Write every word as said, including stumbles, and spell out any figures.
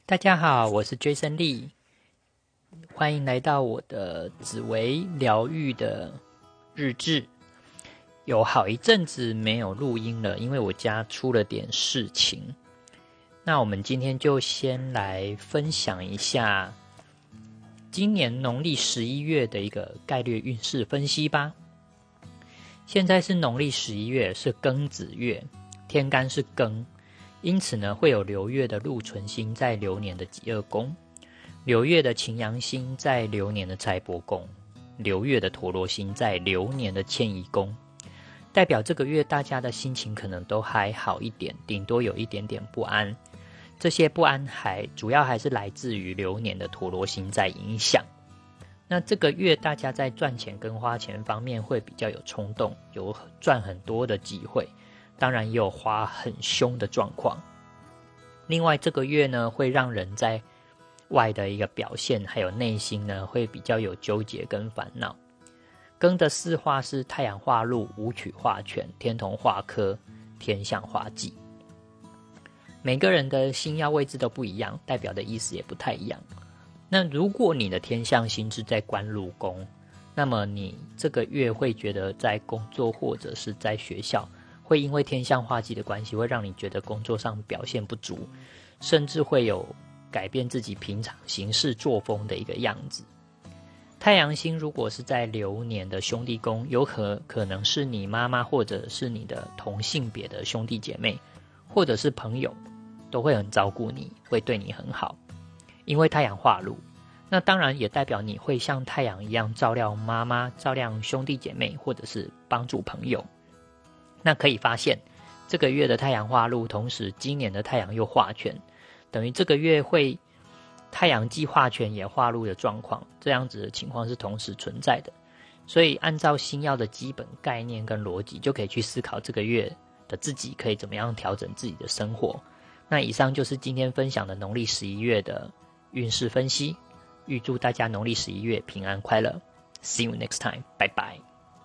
大家好，我是 Jason Lee， 欢迎来到我的紫微疗愈的日志。有好一阵子没有录音了，因为我家出了点事情。那我们今天就先来分享一下今年农历十一月的一个概略运势分析吧。现在是农历十一月，是庚子月，天干是庚，因此呢，会有流月的禄存星在流年的己二宫，流月的擎羊星在流年的财帛宫，流月的陀罗星在流年的迁移宫，代表这个月大家的心情可能都还好一点，顶多有一点点不安。这些不安还主要还是来自于流年的陀罗星在影响。那这个月大家在赚钱跟花钱方面会比较有冲动，有赚很多的机会，当然也有花很凶的状况。另外这个月呢，会让人在外的一个表现还有内心呢，会比较有纠结跟烦恼。庚的四化是太阳化禄、武曲化权、天同化科、天象化忌。每个人的星曜位置都不一样，代表的意思也不太一样。那如果你的天象星是在官禄宫，那么你这个月会觉得在工作或者是在学校，会因为天象化忌的关系，会让你觉得工作上表现不足，甚至会有改变自己平常行事作风的一个样子。太阳星如果是在流年的兄弟宫，有可可能是你妈妈或者是你的同性别的兄弟姐妹，或者是朋友，都会很照顾你，会对你很好，因为太阳化禄。那当然也代表你会像太阳一样照料妈妈，照亮兄弟姐妹，或者是帮助朋友。那可以发现这个月的太阳化禄，同时今年的太阳又化权，等于这个月会太阳既化权也化禄的状况，这样子的情况是同时存在的。所以按照星曜的基本概念跟逻辑，就可以去思考这个月的自己可以怎么样调整自己的生活。那以上就是今天分享的农历十一月的运势分析，预祝大家农历十一月平安快乐。See you next time， 拜拜。